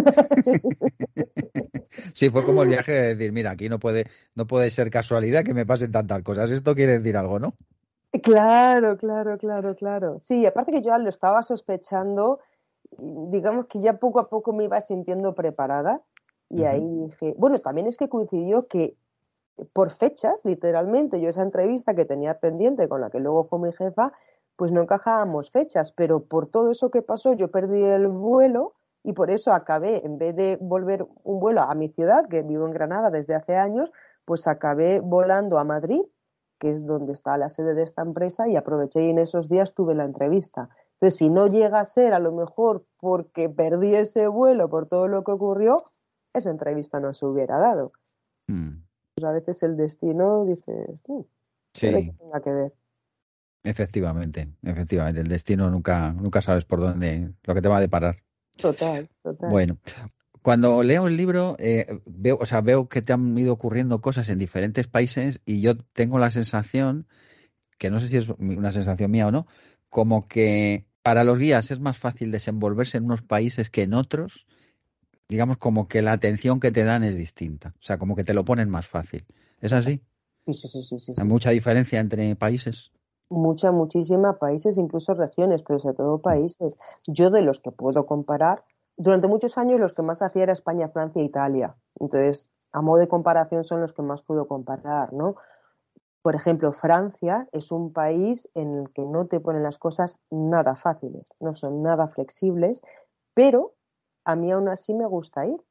Sí, fue como el viaje de decir, mira, aquí no puede ser casualidad que me pasen tantas cosas. Esto quiere decir algo, ¿no? Claro. Sí, aparte que yo lo estaba sospechando, digamos que ya poco a poco me iba sintiendo preparada, y ahí dije, bueno, también es que coincidió que por fechas, literalmente, yo esa entrevista que tenía pendiente con la que luego fue mi jefa, pues no encajábamos fechas, pero por todo eso que pasó yo perdí el vuelo, y por eso acabé, en vez de volver un vuelo a mi ciudad, que vivo en Granada desde hace años, pues acabé volando a Madrid, que es donde está la sede de esta empresa, y aproveché y en esos días tuve la entrevista. Entonces, si no llega a ser, a lo mejor porque perdí ese vuelo por todo lo que ocurrió, esa entrevista no se hubiera dado. Pues a veces el destino dice, puede que tenga que ver. Efectivamente. El destino nunca sabes por dónde, lo que te va a deparar. Total. Bueno, cuando leo el libro, veo que te han ido ocurriendo cosas en diferentes países, y yo tengo la sensación, que no sé si es una sensación mía o no, como que para los guías es más fácil desenvolverse en unos países que en otros. Digamos como que la atención que te dan es distinta. O sea, como que te lo ponen más fácil. ¿Es así? Sí. ¿Hay mucha diferencia entre países? Muchísima países, incluso regiones, pero sobre todo países. Yo de los que puedo comparar, durante muchos años los que más hacía era España, Francia e Italia. Entonces, a modo de comparación son los que más puedo comparar, ¿no? Por ejemplo, Francia es un país en el que no te ponen las cosas nada fáciles, no son nada flexibles, pero a mí aún así me gusta ir.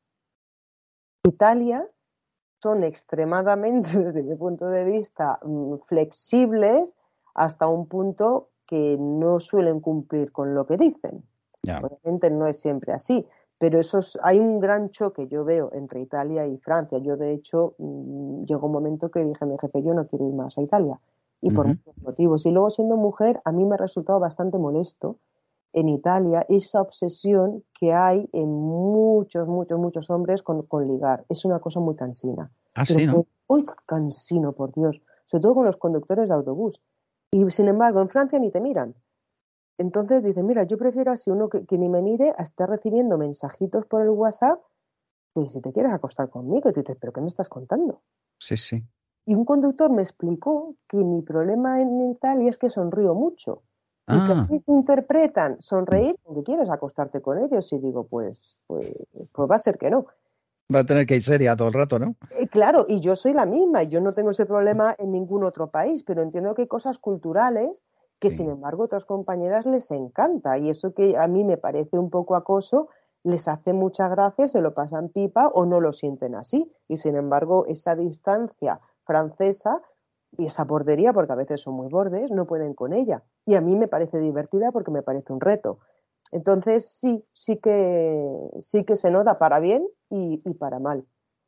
Italia son extremadamente, desde mi punto de vista, flexibles hasta un punto que no suelen cumplir con lo que dicen. Ya. Obviamente no es siempre así, pero hay un gran choque, yo veo, entre Italia y Francia. Yo, de hecho, llegó un momento que dije a mi jefe, yo no quiero ir más a Italia, y por muchos motivos. Y luego, siendo mujer, a mí me ha resultado bastante molesto en Italia esa obsesión que hay en muchos hombres con ligar. Es una cosa muy cansina. Ah, Pero sí, ¿no? muy cansino, por Dios. Sobre todo con los conductores de autobús. Y sin embargo, en Francia ni te miran. Entonces dicen, mira, yo prefiero así uno que ni me mire a estar recibiendo mensajitos por el WhatsApp de si te quieres acostar conmigo. Y tú dices, ¿pero qué me estás contando? Sí. Y un conductor me explicó que mi problema en Italia es que sonrío mucho. Y que así se interpretan sonreír porque quieres acostarte con ellos. Y digo, pues va a ser que no. Va a tener que ir seria todo el rato, ¿no? Claro, y yo soy la misma, y yo no tengo ese problema en ningún otro país, pero entiendo que hay cosas culturales que, sin embargo, a otras compañeras les encanta, y eso que a mí me parece un poco acoso, les hace mucha gracia, se lo pasan pipa o no lo sienten así, y sin embargo, esa distancia francesa y esa bordería, porque a veces son muy bordes, no pueden con ella, y a mí me parece divertida porque me parece un reto. Entonces, sí que se nota para bien y para mal.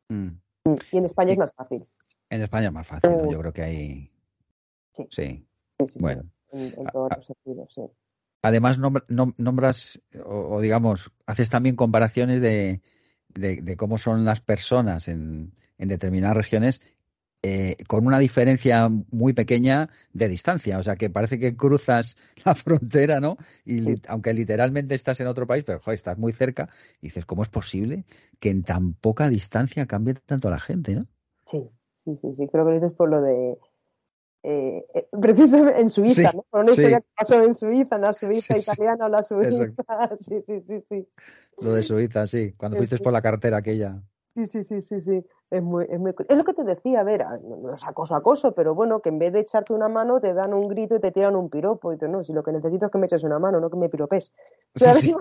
Y en España es más fácil. En España es más fácil, ¿no? Yo creo que hay... Sí. Bueno. En todos los sentidos, sí. Además, nombras, o digamos, haces también comparaciones de cómo son las personas en determinadas regiones, con una diferencia muy pequeña de distancia. O sea, que parece que cruzas la frontera, ¿no? Y aunque literalmente estás en otro país, pero joder, estás muy cerca, y dices, ¿cómo es posible que en tan poca distancia cambie tanto la gente, ¿no? Sí. Creo que lo dices por lo de precisamente en Suiza, ¿no? Por una historia que pasó en Suiza, la Suiza italiana o la Suiza. Sí. Lo de Suiza, sí. Cuando fuiste por la carretera aquella. Sí. Es lo que te decía, a ver, no es acoso, pero bueno, que en vez de echarte una mano te dan un grito y te tiran un piropo. Y tú, no, si lo que necesito es que me eches una mano, no que me piropes. Sí.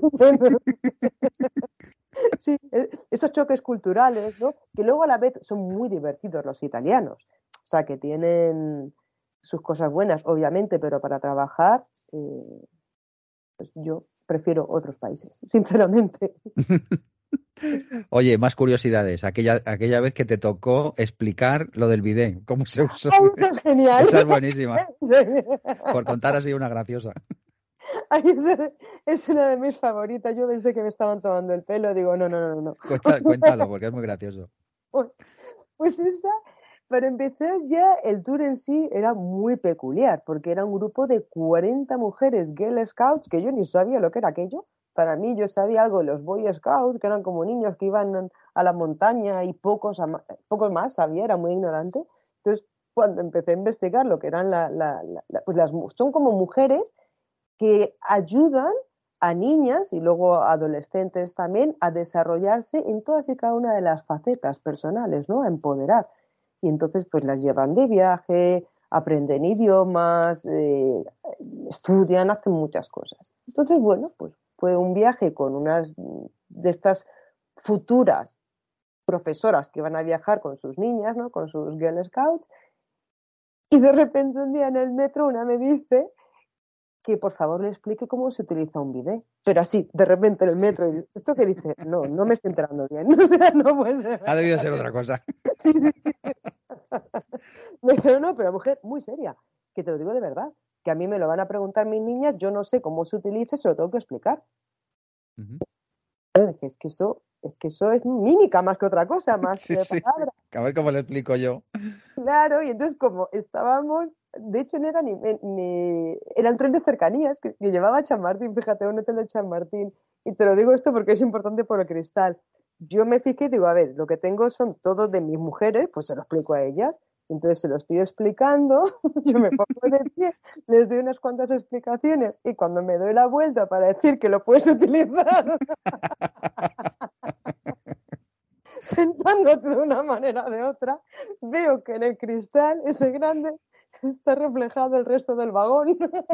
Sí, esos choques culturales, ¿no? Que luego a la vez son muy divertidos los italianos. O sea, que tienen sus cosas buenas, obviamente, pero para trabajar, pues yo prefiero otros países, sinceramente. Oye, más curiosidades. Aquella vez que te tocó explicar lo del bidé, cómo se usó. Ay, eso es genial. Esa es buenísima. Por contar así una graciosa. Ay, es una de mis favoritas. Yo pensé que me estaban tomando el pelo. Digo, no, no, no, no. Cuéntalo, porque es muy gracioso. Pues esa, para empezar ya el tour en sí era muy peculiar, porque era un grupo de 40 mujeres Girl Scouts, que yo ni sabía lo que era aquello. Para mí yo sabía algo de los Boy Scouts, que eran como niños que iban a la montaña y pocos más sabía, era muy ignorante. Entonces, cuando empecé a investigar lo que eran pues son como mujeres que ayudan a niñas y luego a adolescentes también a desarrollarse en todas y cada una de las facetas personales, ¿no? A empoderar. Y entonces pues las llevan de viaje, aprenden idiomas, estudian, hacen muchas cosas. Entonces, bueno, pues fue un viaje con unas de estas futuras profesoras que van a viajar con sus niñas, ¿no? Con sus Girl Scouts. Y de repente un día en el metro una me dice que por favor le explique cómo se utiliza un bidet. Pero así, de repente en el metro, ¿esto qué dice? No, no me estoy enterando bien. No puede ser. Ha debido ser otra cosa. Sí, sí, sí. Me dice, no, pero mujer muy seria, que te lo digo de verdad, que a mí me lo van a preguntar mis niñas, yo no sé cómo se utiliza, se lo tengo que explicar. Dije, es que eso es mímica más que otra cosa, más Sí, que sí. palabras. A ver cómo le explico yo. Claro, y entonces como estábamos, de hecho no era era el tren de cercanías que llevaba a Chamartín, fíjate, un hotel de Chamartín, y te lo digo esto porque es importante por el cristal. Yo me fijé y digo, a ver, lo que tengo son todos de mis mujeres, pues se lo explico a ellas, entonces se lo estoy explicando, yo me pongo de pie, les doy unas cuantas explicaciones, y cuando me doy la vuelta para decir que lo puedes utilizar sentándote de una manera o de otra, veo que en el cristal, ese grande, está reflejado el resto del vagón.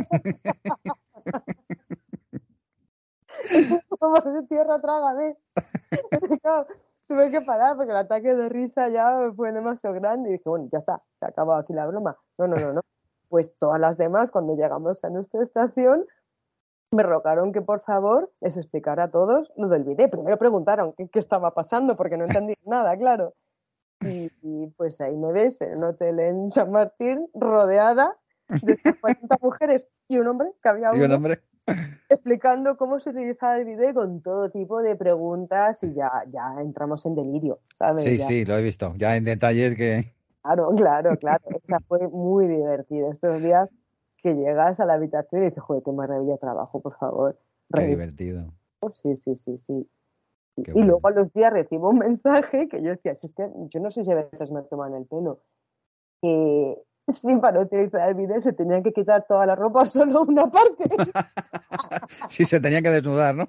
Como de tierra, trágame. Claro, tuve que parar porque el ataque de risa ya fue demasiado grande y dije, bueno, ya está, se ha acabado aquí la broma. No, no, no, no. Pues todas las demás, cuando llegamos a nuestra estación, me rogaron que por favor les explicara a todos lo del video. Primero preguntaron qué estaba pasando porque no entendí nada, claro. Y pues ahí me ves en un hotel en San Martín rodeada de 40 mujeres y un hombre, que había ¿Y un uno, hombre? explicando cómo se utilizaba el video con todo tipo de preguntas y ya entramos en delirio, ¿sabes? Sí, Ya, sí, lo he visto. Ya en detalles que... claro, claro, claro. Esa fue muy divertida. Estos días que llegas a la habitación y dices, joder, qué maravilla de trabajo, por favor. Qué Reír. divertido. Sí, sí, sí, sí. Qué Y luego bueno. a los días recibo un mensaje que yo decía, si es que yo no sé si a veces me toman el pelo, que sí, para utilizar el vídeo se tenían que quitar toda la ropa, solo una parte. Sí, se tenía que desnudar, ¿no?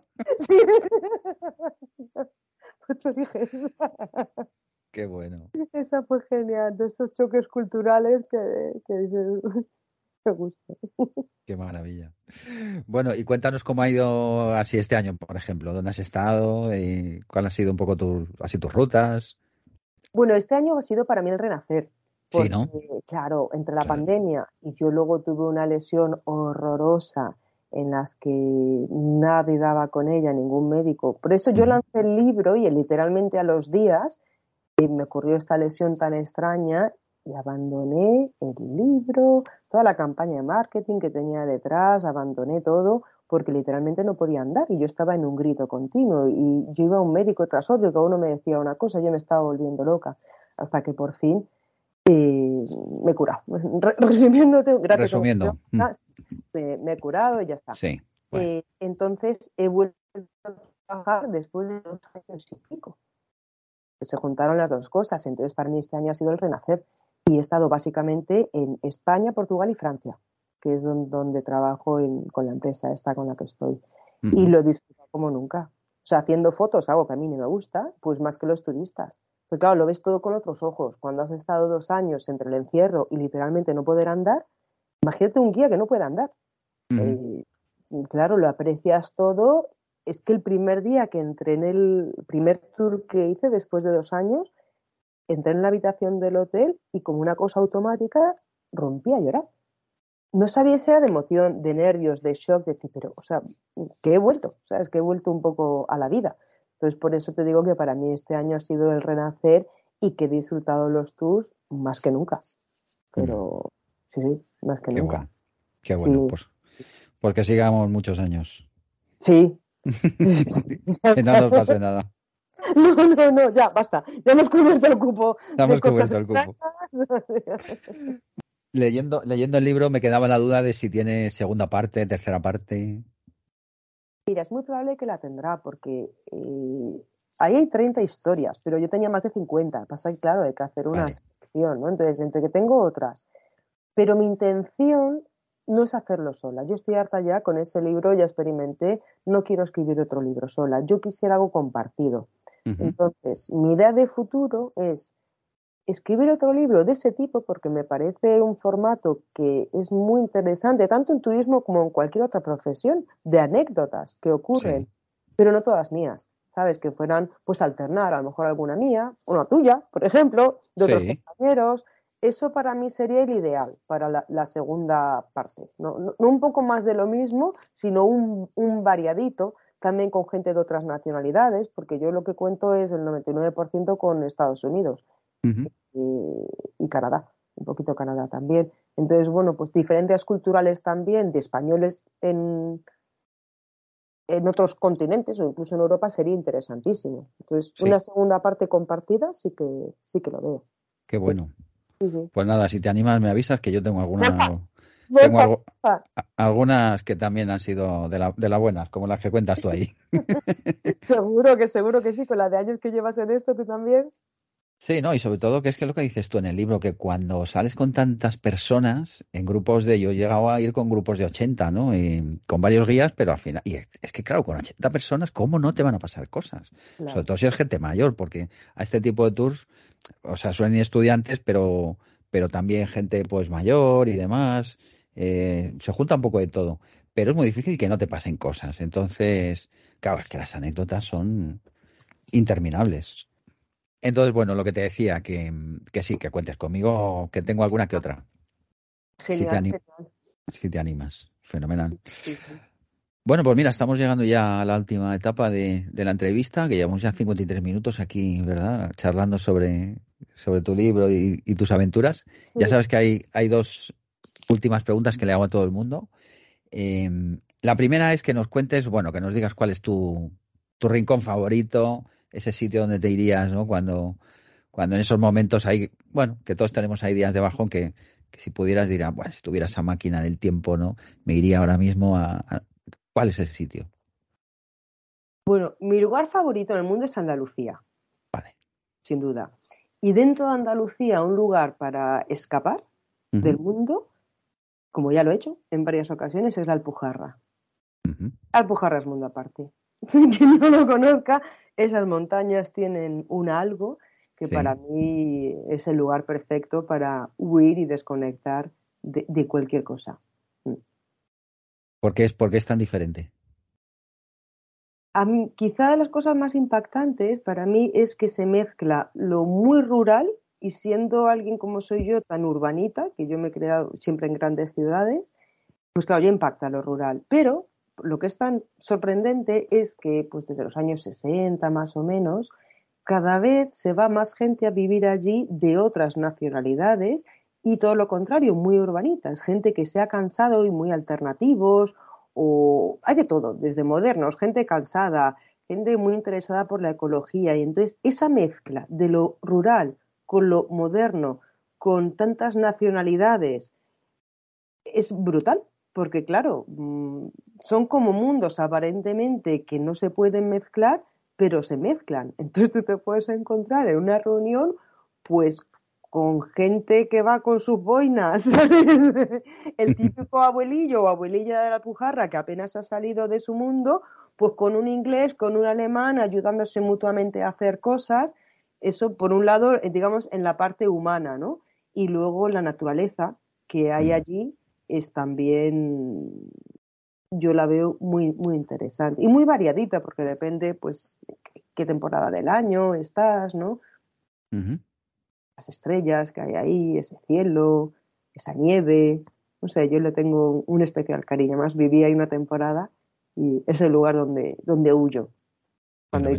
Pues te dije, Qué bueno. esa fue genial, de esos choques culturales que dices, me gusta. Qué maravilla. Bueno, y cuéntanos cómo ha ido así este año, por ejemplo. ¿Dónde has estado? ¿Y cuál ha sido un poco así tus rutas? Bueno, este año ha sido para mí el renacer, Sí, porque ¿no? claro, entre la Claro. pandemia y yo luego tuve una lesión horrorosa en las que nadie daba con ella, ningún médico. Por eso yo Ujú. lancé el libro y literalmente a los días me ocurrió esta lesión tan extraña y abandoné el libro, toda la campaña de marketing que tenía detrás, abandoné todo porque literalmente no podía andar y yo estaba en un grito continuo y yo iba a un médico tras otro y cada uno me decía una cosa, yo me estaba volviendo loca hasta que por fin me he curado. Resumiéndote, gracias a Resumiendo. me he curado y ya está. Sí, bueno. Entonces he vuelto a trabajar después de 2 años y pico. Se juntaron las dos cosas. Entonces, para mí este año ha sido el renacer. Y he estado básicamente en España, Portugal y Francia, que es donde trabajo con la empresa esta con la que estoy. Y Ujú. lo disfruto como nunca. O sea, haciendo fotos, algo que a mí no me gusta, pues más que los turistas. Pero claro, lo ves todo con otros ojos. Cuando has estado 2 años entre el encierro y literalmente no poder andar, imagínate un guía que no puede andar. Ujú. Eh, claro, lo aprecias todo. Es que el primer día que entré en el primer tour que hice después de 2 años, entré en la habitación del hotel y como una cosa automática rompí a llorar. No sabía si era de emoción, de nervios, de shock, de decir, pero, o sea, que he vuelto, ¿sabes? Que he vuelto un poco a la vida. Entonces, por eso te digo que para mí este año ha sido el renacer y que he disfrutado los tours más que nunca. Pero sí, más que Qué nunca. bueno, qué Sí, bueno, pues que sigamos muchos años. sí. Que no nos pase nada. No, ya, basta. Ya hemos cubierto el cupo de Hemos cosas cubierto el cupo. extrañas. Leyendo el libro me quedaba la duda de si tiene segunda parte, tercera parte. Mira, es muy probable que la tendrá, porque ahí hay 30 historias, pero yo tenía más de 50. Pasa que, claro, hay que hacer una Vale, selección, ¿no? Entonces, entre que tengo otras. Pero mi intención no es hacerlo sola. Yo estoy harta ya con ese libro, ya experimenté, no quiero escribir otro libro sola. Yo quisiera algo compartido. ujú, Entonces, mi idea de futuro es escribir otro libro de ese tipo porque me parece un formato que es muy interesante, tanto en turismo como en cualquier otra profesión, de anécdotas que ocurren, sí, pero no todas mías, ¿sabes? Que fueran, pues, alternar, a lo mejor alguna mía, una tuya, por ejemplo, de otros sí, compañeros. Eso para mí sería el ideal para la segunda parte. No un poco más de lo mismo, sino un variadito, también con gente de otras nacionalidades, porque yo lo que cuento es el 99% con Estados Unidos ujú, y Canadá, un poquito Canadá también. Entonces, bueno, pues diferencias culturales también de españoles en otros continentes o incluso en Europa sería interesantísimo. Entonces, una sí, segunda parte compartida sí que lo veo. qué bueno. Sí, sí. Pues nada, si te animas me avisas que yo Porfa, tengo porfa, porfa. algunas que también han sido de las buenas, como las que cuentas tú ahí. Seguro que sí, con la de años que llevas en esto, tú también. Sí, no, y sobre todo que es que lo que dices tú en el libro, que cuando sales con tantas personas, en grupos yo he llegado a ir con grupos de 80, ¿no? Y con varios guías, pero al final, y es que claro, con 80 personas, ¿cómo no te van a pasar cosas? Sobre Claro. todo si es gente mayor, porque a este tipo de tours, o sea, suelen ir estudiantes, pero también gente pues mayor y demás, se junta un poco de todo, pero es muy difícil que no te pasen cosas. Entonces, claro, es que las anécdotas son interminables. Entonces, bueno, lo que te decía, que sí, que cuentes conmigo, que tengo alguna que otra, si te, Genial, genial. si te animas. Fenomenal. Sí, sí. Bueno, pues mira, estamos llegando ya a la última etapa de la entrevista, que llevamos ya 53 minutos aquí, ¿verdad? Charlando sobre tu libro y tus aventuras. Ya Sí. sabes que hay dos últimas preguntas que le hago a todo el mundo. Eh, la primera es que nos cuentes, bueno, que nos digas cuál es tu rincón favorito, ese sitio donde te irías, ¿no? Cuando en esos momentos hay, bueno, que todos tenemos ahí días de bajón que si pudieras dirás, bueno, si tuviera esa máquina del tiempo, ¿no? Me iría ahora mismo ¿cuál es ese sitio? Bueno, mi lugar favorito en el mundo es Andalucía, Vale. sin duda. Y dentro de Andalucía, un lugar para escapar del Ujú, mundo, como ya lo he hecho en varias ocasiones, es la Alpujarra. ujú. Alpujarra es mundo aparte. Quien no lo conozca, esas montañas tienen un algo que para Sí. mí es el lugar perfecto para huir y desconectar de cualquier cosa. ¿Por qué es tan diferente? A mí, quizá de las cosas más impactantes para mí es que se mezcla lo muy rural y siendo alguien como soy yo, tan urbanita, que yo me he creado siempre en grandes ciudades, pues claro, ya impacta lo rural. Pero lo que es tan sorprendente es que pues desde los años 60 más o menos, cada vez se va más gente a vivir allí de otras nacionalidades y todo lo contrario, muy urbanitas, gente que se ha cansado y muy alternativos, o hay de todo, desde modernos, gente cansada, gente muy interesada por la ecología. Y entonces esa mezcla de lo rural con lo moderno, con tantas nacionalidades, es brutal, porque claro, son como mundos aparentemente que no se pueden mezclar, pero se mezclan. Entonces tú te puedes encontrar en una reunión, pues con gente que va con sus boinas, ¿sabes? El típico abuelillo o abuelilla de la Alpujarra que apenas ha salido de su mundo, pues con un inglés, con un alemán, ayudándose mutuamente a hacer cosas. Eso, por un lado, digamos, en la parte humana, ¿no? Y luego la naturaleza que hay Mm, allí es también, yo la veo muy, muy interesante y muy variadita porque depende, pues, qué temporada del año estás, ¿no? ujú. Las estrellas que hay ahí, ese cielo, esa nieve, no sé, yo le tengo un especial cariño. Más viví ahí una temporada y es el lugar donde huyo cuando hay Fenomenal.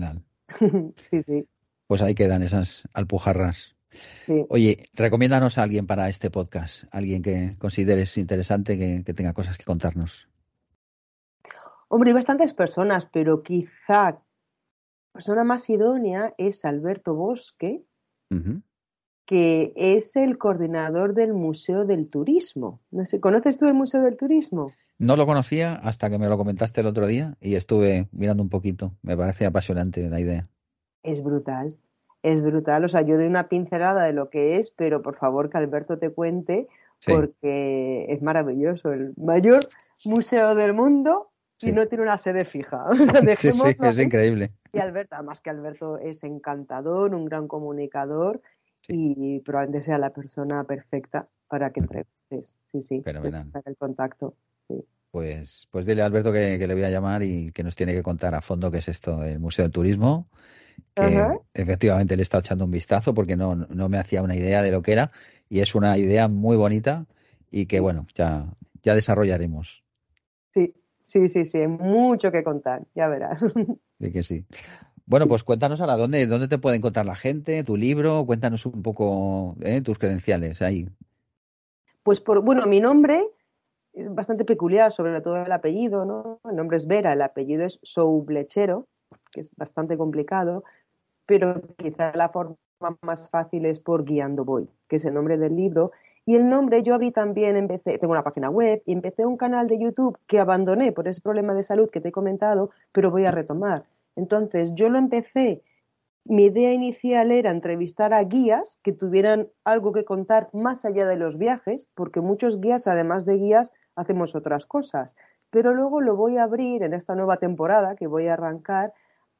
Sí, sí. Pues ahí quedan esas alpujarras. Sí. Oye, recomiéndanos a alguien para este podcast, alguien que consideres interesante, que tenga cosas que contarnos. Hombre, hay bastantes personas, pero quizá la persona más idónea es Alberto Bosque, Uh-huh. que es el coordinador del Museo del Turismo. No sé, ¿conoces tú el Museo del Turismo? No lo conocía hasta que me lo comentaste el otro día y estuve mirando un poquito. Me parece apasionante la idea. Es brutal, es brutal. O sea, yo doy una pincelada de lo que es, pero por favor que Alberto te cuente Sí, porque es maravilloso. El mayor museo del mundo y sí, no tiene una sede fija. O sea, sí, sí, dejémoslo es ahí. increíble. Y Alberto, además que Alberto es encantador, un gran comunicador Sí, y probablemente sea la persona perfecta para que entrevistes. Sí, sí, te fenomenal. pasaré el contacto. Sí. Pues dile a Alberto que le voy a llamar y que nos tiene que contar a fondo qué es esto del Museo del Turismo, Ajá. que efectivamente le he estado echando un vistazo porque no me hacía una idea de lo que era y es una idea muy bonita y que Sí, bueno, ya desarrollaremos. sí, sí, sí, sí, hay mucho que contar, ya verás. De que sí. Bueno, pues cuéntanos ahora dónde te puede encontrar la gente, tu libro, cuéntanos un poco tus credenciales ahí. Pues bueno, mi nombre es bastante peculiar, sobre todo el apellido, ¿no? El nombre es Vera, el apellido es Soublechero, que es bastante complicado, pero quizá la forma más fácil es por Guiando Voy, que es el nombre del libro. Y el nombre yo abrí también, tengo una página web y empecé un canal de YouTube que abandoné por ese problema de salud que te he comentado, pero voy a retomar. Entonces, yo lo empecé. Mi idea inicial era entrevistar a guías que tuvieran algo que contar más allá de los viajes, porque muchos guías, además de guías, hacemos otras cosas. Pero luego lo voy a abrir en esta nueva temporada que voy a arrancar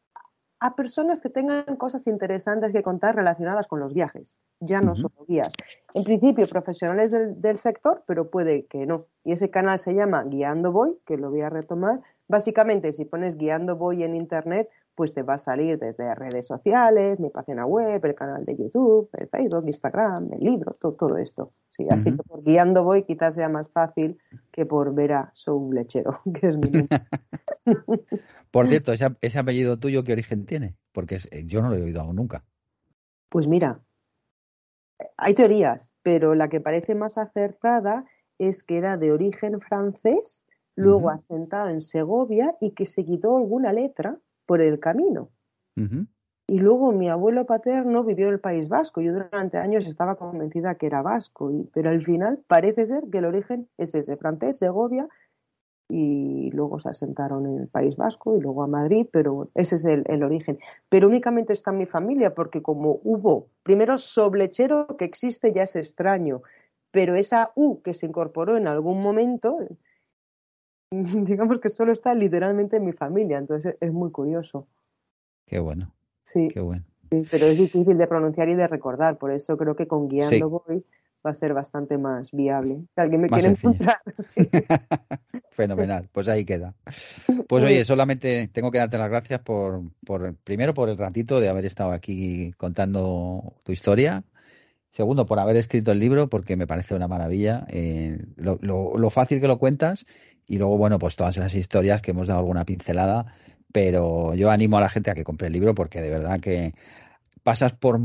a personas que tengan cosas interesantes que contar relacionadas con los viajes, ya no Ujú. solo guías. En principio, profesionales del sector, pero puede que no. Y ese canal se llama Guiando Voy, que lo voy a retomar. Básicamente, si pones Guiando Voy en Internet, pues te va a salir desde redes sociales, mi página web, el canal de YouTube, el Facebook, Instagram, el libro, todo esto. Sí, así Ujú. que por Guiando Voy quizás sea más fácil que por Vera Soul Lechero, que es mi nombre. Por cierto, ese apellido tuyo, ¿qué origen tiene? Porque yo no lo he oído aún nunca. Pues mira, hay teorías, pero la que parece más acertada es que era de origen francés, luego Ujú, asentado en Segovia y que se quitó alguna letra por el camino. ujú. Y luego mi abuelo paterno vivió en el País Vasco. Yo durante años estaba convencida que era vasco, pero al final parece ser que el origen es ese, francés, Segovia, y luego se asentaron en el País Vasco y luego a Madrid, pero ese es el origen. Pero únicamente está en mi familia porque como hubo, primero Soblechero que existe ya es extraño, pero esa U que se incorporó en algún momento, digamos que solo está literalmente en mi familia, entonces es muy curioso. Qué bueno, Sí, qué bueno. sí, pero es difícil de pronunciar y de recordar, por eso creo que con Guiando Sí, Voy va a ser bastante más viable. Si alguien me más quiere sencillo. encontrar. Sí. Fenomenal, pues ahí queda. Pues Muy oye, solamente tengo que darte las gracias primero por el ratito de haber estado aquí contando tu historia. Segundo, por haber escrito el libro, porque me parece una maravilla. Lo fácil que lo cuentas y luego, bueno, pues todas esas historias que hemos dado alguna pincelada. Pero yo animo a la gente a que compre el libro porque de verdad que pasas por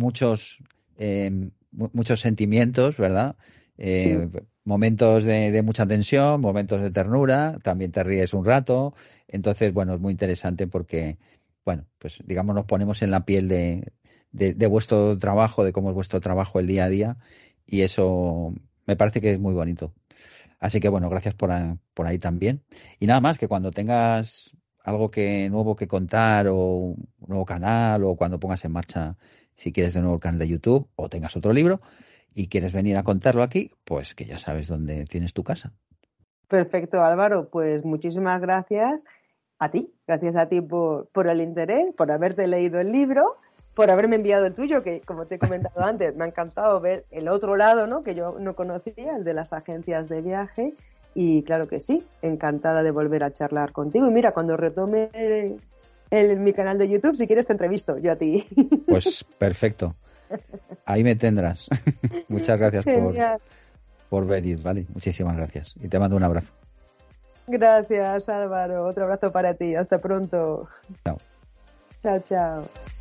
muchos sentimientos, ¿verdad? bien. Momentos de mucha tensión, momentos de ternura, también te ríes un rato. Entonces, bueno, es muy interesante porque, bueno, pues digamos nos ponemos en la piel de vuestro trabajo, de cómo es vuestro trabajo el día a día y eso me parece que es muy bonito. Así que, bueno, gracias por ahí también. Y nada más, que cuando tengas algo nuevo que contar o un nuevo canal o cuando pongas en marcha, si quieres de nuevo el canal de YouTube o tengas otro libro y quieres venir a contarlo aquí, pues que ya sabes dónde tienes tu casa. Perfecto, Álvaro. Pues muchísimas gracias a ti por el interés, por haberte leído el libro, por haberme enviado el tuyo, que como te he comentado antes, me ha encantado ver el otro lado, ¿no? Que yo no conocía, el de las agencias de viaje. Y claro que sí, encantada de volver a charlar contigo. Y mira, cuando retome mi canal de YouTube, si quieres te entrevisto yo a ti. Pues perfecto, ahí me tendrás. Muchas gracias Genial. por venir, ¿vale? Muchísimas gracias y te mando un abrazo. Gracias, Álvaro. Otro abrazo para ti. Hasta pronto. Chao. Chao, chao.